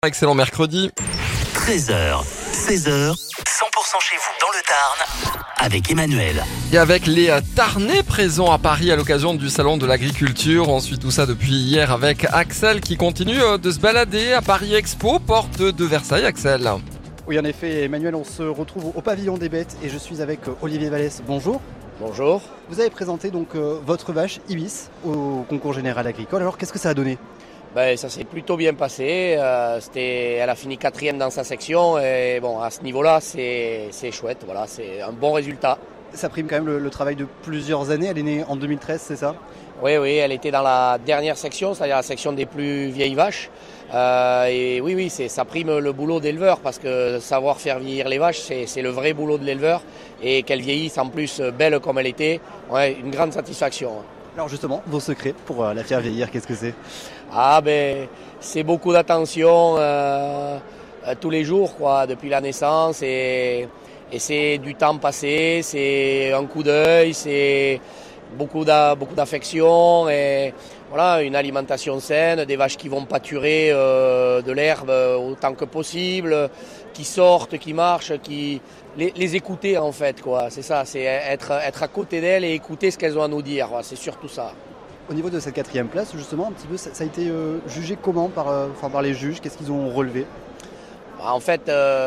Excellent mercredi. 13h, 16h, 100% chez vous dans le Tarn, avec Emmanuel. Et avec les Tarnais présents à Paris à l'occasion du Salon de l'Agriculture. On suit tout ça depuis hier avec Axel qui continue de se balader à Paris Expo, porte de Versailles. Axel. Oui, en effet, Emmanuel, on se retrouve au pavillon des bêtes et je suis avec Olivier Vallès. Bonjour. Bonjour. Vous avez présenté donc votre vache Ibis au concours général agricole. Alors, qu'est-ce que ça a donné ? Ça s'est plutôt bien passé. Elle a fini 4e dans sa section et bon, à ce niveau-là, c'est chouette. Voilà, c'est un bon résultat. Ça prime quand même le travail de plusieurs années. Elle est née en 2013, c'est ça ? Oui, elle était dans la dernière section, c'est-à-dire la section des plus vieilles vaches. Et oui, ça prime le boulot d'éleveur parce que savoir faire vieillir les vaches, c'est le vrai boulot de l'éleveur. Et qu'elles vieillissent en plus belle comme elle était, ouais, une grande satisfaction. Alors justement, vos secrets pour la faire vieillir, qu'est-ce que c'est ? C'est beaucoup d'attention tous les jours, quoi, depuis la naissance. Et c'est du temps passé, c'est un coup d'œil, c'est beaucoup d'affection et voilà, une alimentation saine, des vaches qui vont pâturer de l'herbe autant que possible, qui sortent, qui marchent, les écouter en fait, quoi. C'est ça, c'est être à côté d'elles et écouter ce qu'elles ont à nous dire. C'est surtout ça. Au niveau de cette 4e place, justement, un petit peu, ça a été jugé comment par les juges ? Qu'est-ce qu'ils ont relevé ? En fait,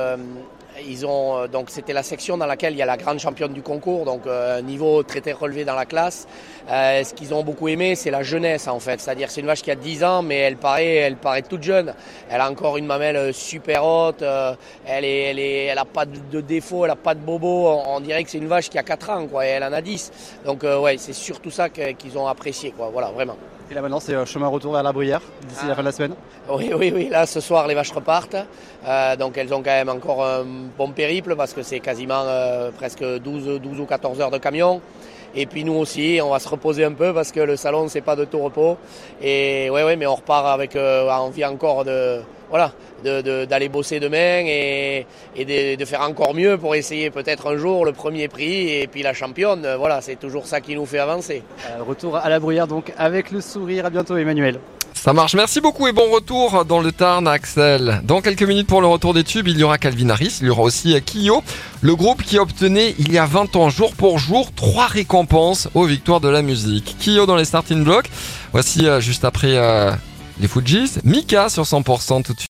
donc c'était la section dans laquelle il y a la grande championne du concours, donc niveau très relevé dans la classe. Ce qu'ils ont beaucoup aimé, c'est la jeunesse en fait, c'est-à-dire c'est une vache qui a 10 ans, mais elle paraît toute jeune. Elle a encore une mamelle super haute, elle a pas de défaut, elle a pas de bobo. On dirait que c'est une vache qui a 4 ans, quoi, et elle en a 10. Donc c'est surtout ça qu'ils ont apprécié, quoi. Voilà, vraiment. Et là maintenant, c'est chemin retour vers la Bruyère d'ici la fin de la semaine ? Oui. Là, ce soir, les vaches repartent. Donc, elles ont quand même encore un bon périple parce que c'est quasiment presque 12 ou 14 heures de camion. Et puis nous aussi, on va se reposer un peu parce que le salon, c'est pas de tout repos. Et mais on repart avec envie encore d'aller bosser demain et de faire encore mieux pour essayer peut-être un jour le premier prix et puis la championne. Voilà, c'est toujours ça qui nous fait avancer. Retour à la Bruyère donc avec le sourire. À bientôt Emmanuel. Ça marche, merci beaucoup et bon retour dans le Tarn, Axel. Dans quelques minutes pour le retour des tubes, il y aura Calvin Harris, il y aura aussi Kyo, le groupe qui obtenait il y a 20 ans, jour pour jour, 3 récompenses aux victoires de la musique. Kyo dans les starting blocks, voici juste après les Fujis, Mika sur 100% tout de suite.